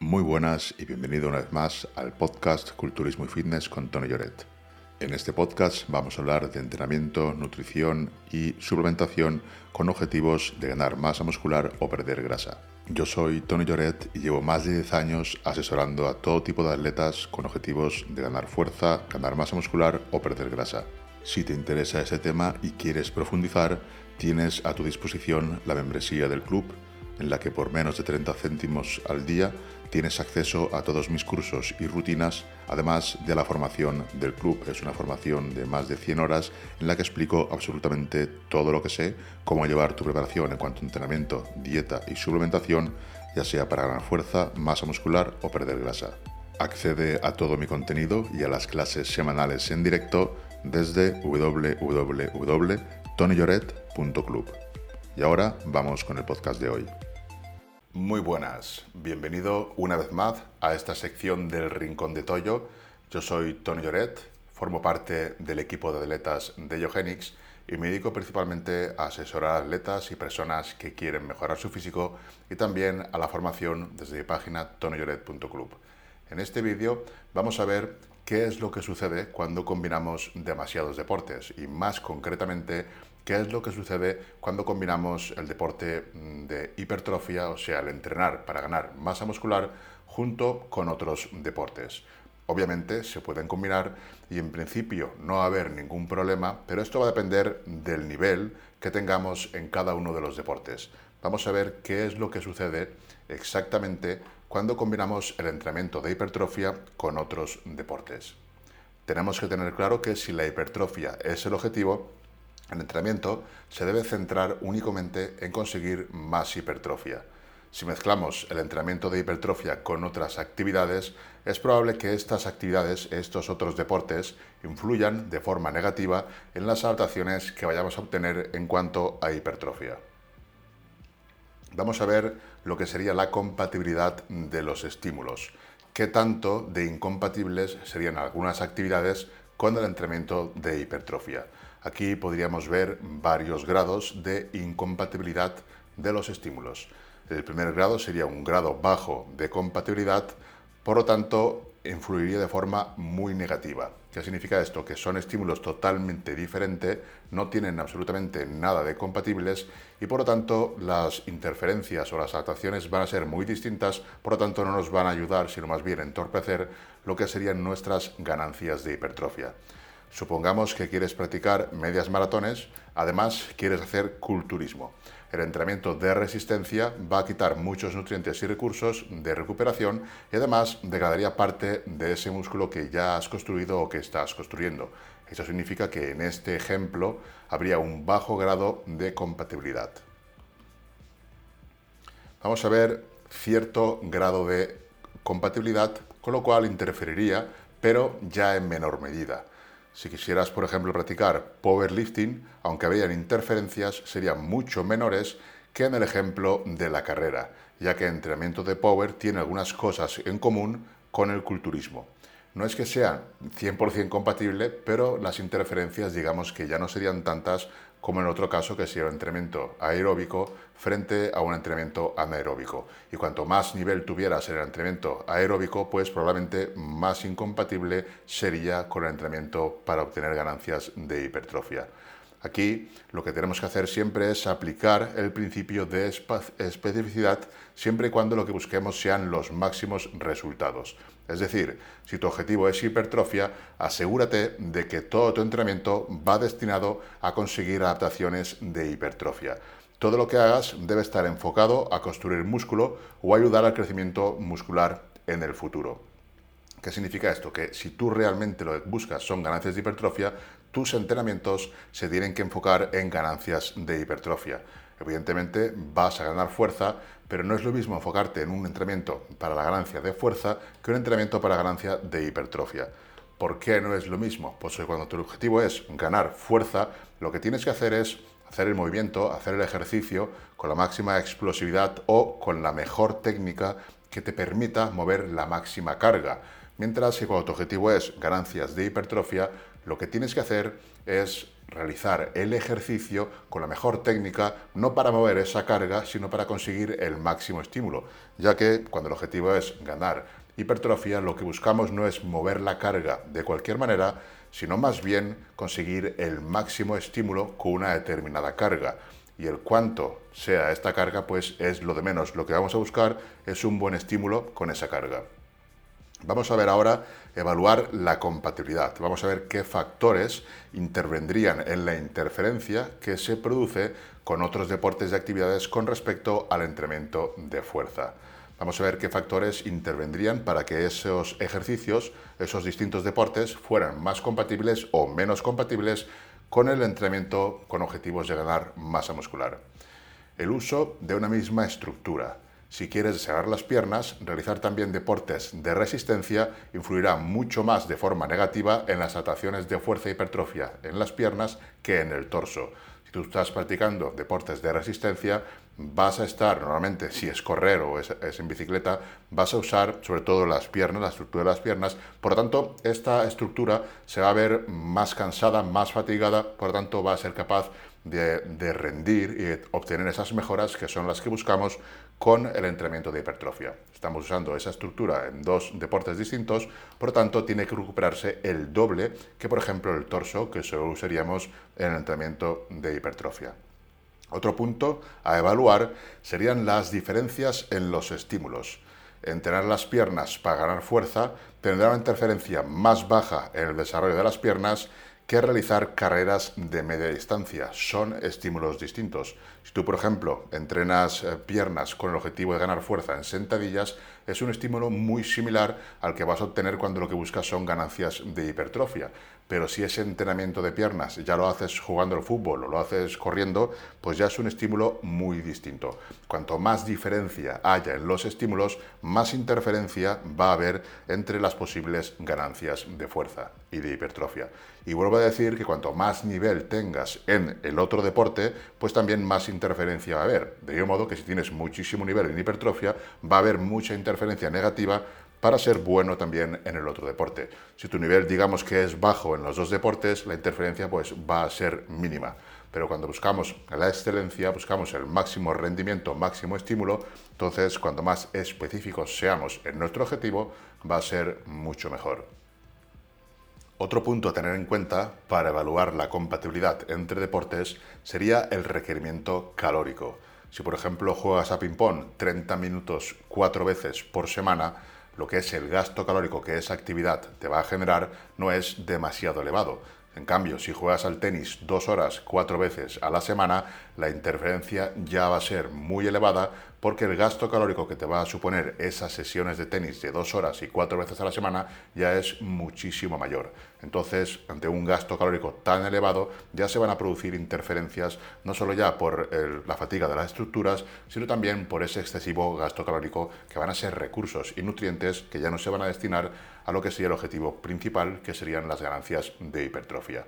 Muy buenas y bienvenido una vez más al podcast Culturismo y Fitness con Tony Lloret. En este podcast vamos a hablar de entrenamiento, nutrición y suplementación con objetivos de ganar masa muscular o perder grasa. Yo soy Tony Lloret y llevo más de 10 años asesorando a todo tipo de atletas con objetivos de ganar fuerza, ganar masa muscular o perder grasa. Si te interesa ese tema y quieres profundizar, tienes a tu disposición la membresía del club, en la que por menos de 30 céntimos al día tienes acceso a todos mis cursos y rutinas, además de la formación del club. Es una formación de más de 100 horas en la que explico absolutamente todo lo que sé, cómo llevar tu preparación en cuanto a entrenamiento, dieta y suplementación, ya sea para ganar fuerza, masa muscular o perder grasa. Accede a todo mi contenido y a las clases semanales en directo desde www.tonyloret.club. Y ahora vamos con el podcast de hoy. Muy buenas, bienvenido una vez más a esta sección del Rincón de Toyo. Yo soy Tony Lloret, formo parte del equipo de atletas de Yogenix y me dedico principalmente a asesorar a atletas y personas que quieren mejorar su físico y también a la formación desde mi página tonyloret.club. En este vídeo vamos a ver qué es lo que sucede cuando combinamos demasiados deportes y más concretamente qué es lo que sucede cuando combinamos el deporte de hipertrofia, o sea, el entrenar para ganar masa muscular, junto con otros deportes. Obviamente se pueden combinar y en principio no va a haber ningún problema, pero esto va a depender del nivel que tengamos en cada uno de los deportes. Vamos a ver qué es lo que sucede exactamente cuando combinamos el entrenamiento de hipertrofia con otros deportes. Tenemos que tener claro que si la hipertrofia es el objetivo, el entrenamiento se debe centrar únicamente en conseguir más hipertrofia. Si mezclamos el entrenamiento de hipertrofia con otras actividades, es probable que estas actividades, estos otros deportes, influyan de forma negativa en las adaptaciones que vayamos a obtener en cuanto a hipertrofia. Vamos a ver lo que sería la compatibilidad de los estímulos. ¿Qué tanto de incompatibles serían algunas actividades con el entrenamiento de hipertrofia? Aquí podríamos ver varios grados de incompatibilidad de los estímulos. El primer grado sería un grado bajo de compatibilidad, por lo tanto, influiría de forma muy negativa. ¿Qué significa esto? Que son estímulos totalmente diferentes, no tienen absolutamente nada de compatibles y por lo tanto las interferencias o las adaptaciones van a ser muy distintas, por lo tanto no nos van a ayudar, sino más bien entorpecer lo que serían nuestras ganancias de hipertrofia. Supongamos que quieres practicar medias maratones, además quieres hacer culturismo. El entrenamiento de resistencia va a quitar muchos nutrientes y recursos de recuperación y además degradaría parte de ese músculo que ya has construido o que estás construyendo. Eso significa que en este ejemplo habría un bajo grado de compatibilidad. Vamos a ver cierto grado de compatibilidad, con lo cual interferiría, pero ya en menor medida. Si quisieras, por ejemplo, practicar powerlifting, aunque habrían interferencias, serían mucho menores que en el ejemplo de la carrera, ya que el entrenamiento de power tiene algunas cosas en común con el culturismo. No es que sea 100% compatible, pero las interferencias digamos que ya no serían tantas como en otro caso que sería un entrenamiento aeróbico frente a un entrenamiento anaeróbico. Y cuanto más nivel tuvieras en el entrenamiento aeróbico, pues probablemente más incompatible sería con el entrenamiento para obtener ganancias de hipertrofia. Aquí lo que tenemos que hacer siempre es aplicar el principio de especificidad siempre y cuando lo que busquemos sean los máximos resultados. Es decir, si tu objetivo es hipertrofia, asegúrate de que todo tu entrenamiento va destinado a conseguir adaptaciones de hipertrofia. Todo lo que hagas debe estar enfocado a construir músculo o ayudar al crecimiento muscular en el futuro. ¿Qué significa esto? Que si tú realmente lo que buscas son ganancias de hipertrofia, tus entrenamientos se tienen que enfocar en ganancias de hipertrofia. Evidentemente vas a ganar fuerza, pero no es lo mismo enfocarte en un entrenamiento para la ganancia de fuerza que un entrenamiento para ganancia de hipertrofia. ¿Por qué no es lo mismo? Pues cuando tu objetivo es ganar fuerza, lo que tienes que hacer es hacer el movimiento, hacer el ejercicio con la máxima explosividad o con la mejor técnica que te permita mover la máxima carga. Mientras que cuando tu objetivo es ganancias de hipertrofia, lo que tienes que hacer es realizar el ejercicio con la mejor técnica, no para mover esa carga, sino para conseguir el máximo estímulo, ya que cuando el objetivo es ganar hipertrofia, lo que buscamos no es mover la carga de cualquier manera, sino más bien conseguir el máximo estímulo con una determinada carga. Y el cuánto sea esta carga, pues es lo de menos. Lo que vamos a buscar es un buen estímulo con esa carga. Vamos a ver ahora evaluar la compatibilidad. Vamos a ver qué factores intervendrían en la interferencia que se produce con otros deportes y actividades con respecto al entrenamiento de fuerza. Vamos a ver qué factores intervendrían para que esos ejercicios, esos distintos deportes, fueran más compatibles o menos compatibles con el entrenamiento con objetivos de ganar masa muscular. El uso de una misma estructura. Si quieres desarrollar las piernas, realizar también deportes de resistencia influirá mucho más de forma negativa en las adaptaciones de fuerza e hipertrofia en las piernas que en el torso. Si tú estás practicando deportes de resistencia, vas a estar, normalmente, si es correr o es en bicicleta, vas a usar sobre todo las piernas, la estructura de las piernas. Por lo tanto, esta estructura se va a ver más cansada, más fatigada, por lo tanto va a ser capaz de rendir y obtener esas mejoras que son las que buscamos con el entrenamiento de hipertrofia. Estamos usando esa estructura en dos deportes distintos, por lo tanto tiene que recuperarse el doble que, por ejemplo, el torso, que solo usaríamos en el entrenamiento de hipertrofia. Otro punto a evaluar serían las diferencias en los estímulos. Entrenar las piernas para ganar fuerza tendrá una interferencia más baja en el desarrollo de las piernas que realizar carreras de media distancia. Son estímulos distintos. Si tú, por ejemplo, entrenas piernas con el objetivo de ganar fuerza en sentadillas, es un estímulo muy similar al que vas a obtener cuando lo que buscas son ganancias de hipertrofia. Pero si ese entrenamiento de piernas ya lo haces jugando al fútbol o lo haces corriendo, pues ya es un estímulo muy distinto. Cuanto más diferencia haya en los estímulos, más interferencia va a haber entre las posibles ganancias de fuerza y de hipertrofia. Y vuelvo a decir que cuanto más nivel tengas en el otro deporte, pues también más interferencia va a haber. De modo que si tienes muchísimo nivel en hipertrofia, va a haber mucha interferencia negativa para ser bueno también en el otro deporte. Si tu nivel, digamos que es bajo en los dos deportes, la interferencia pues va a ser mínima. Pero cuando buscamos la excelencia, buscamos el máximo rendimiento, máximo estímulo, entonces cuanto más específicos seamos en nuestro objetivo, va a ser mucho mejor. Otro punto a tener en cuenta para evaluar la compatibilidad entre deportes sería el requerimiento calórico. Si por ejemplo juegas a ping-pong 30 minutos 4 veces por semana, lo que es el gasto calórico que esa actividad te va a generar no es demasiado elevado. En cambio, si juegas al tenis 2 horas 4 veces a la semana, la interferencia ya va a ser muy elevada porque el gasto calórico que te va a suponer esas sesiones de tenis de 2 horas y 4 veces a la semana ya es muchísimo mayor. Entonces, ante un gasto calórico tan elevado, ya se van a producir interferencias no solo ya por la fatiga de las estructuras, sino también por ese excesivo gasto calórico que van a ser recursos y nutrientes que ya no se van a destinar a lo que sería el objetivo principal, que serían las ganancias de hipertrofia.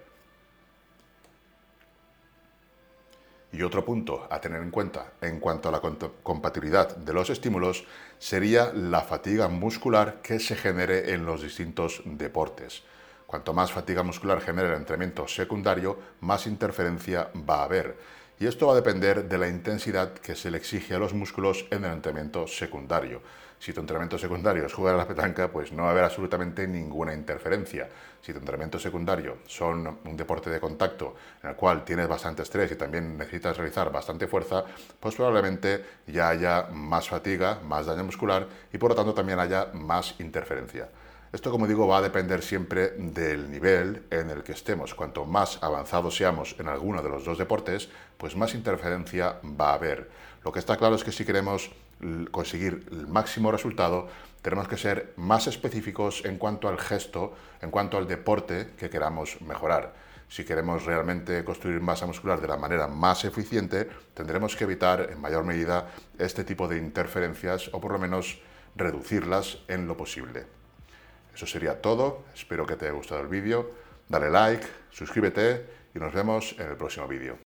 Y otro punto a tener en cuenta en cuanto a la compatibilidad de los estímulos sería la fatiga muscular que se genere en los distintos deportes. Cuanto más fatiga muscular genere el entrenamiento secundario, más interferencia va a haber. Y esto va a depender de la intensidad que se le exige a los músculos en el entrenamiento secundario. Si tu entrenamiento secundario es jugar a la petanca, pues no va a haber absolutamente ninguna interferencia. Si tu entrenamiento secundario son un deporte de contacto en el cual tienes bastante estrés y también necesitas realizar bastante fuerza, pues probablemente ya haya más fatiga, más daño muscular y por lo tanto también haya más interferencia. Esto, como digo, va a depender siempre del nivel en el que estemos. Cuanto más avanzados seamos en alguno de los dos deportes, pues más interferencia va a haber. Lo que está claro es que si queremos conseguir el máximo resultado, tenemos que ser más específicos en cuanto al gesto, en cuanto al deporte que queramos mejorar. Si queremos realmente construir masa muscular de la manera más eficiente, tendremos que evitar en mayor medida este tipo de interferencias o por lo menos reducirlas en lo posible. Eso sería todo, espero que te haya gustado el vídeo, dale like, suscríbete y nos vemos en el próximo vídeo.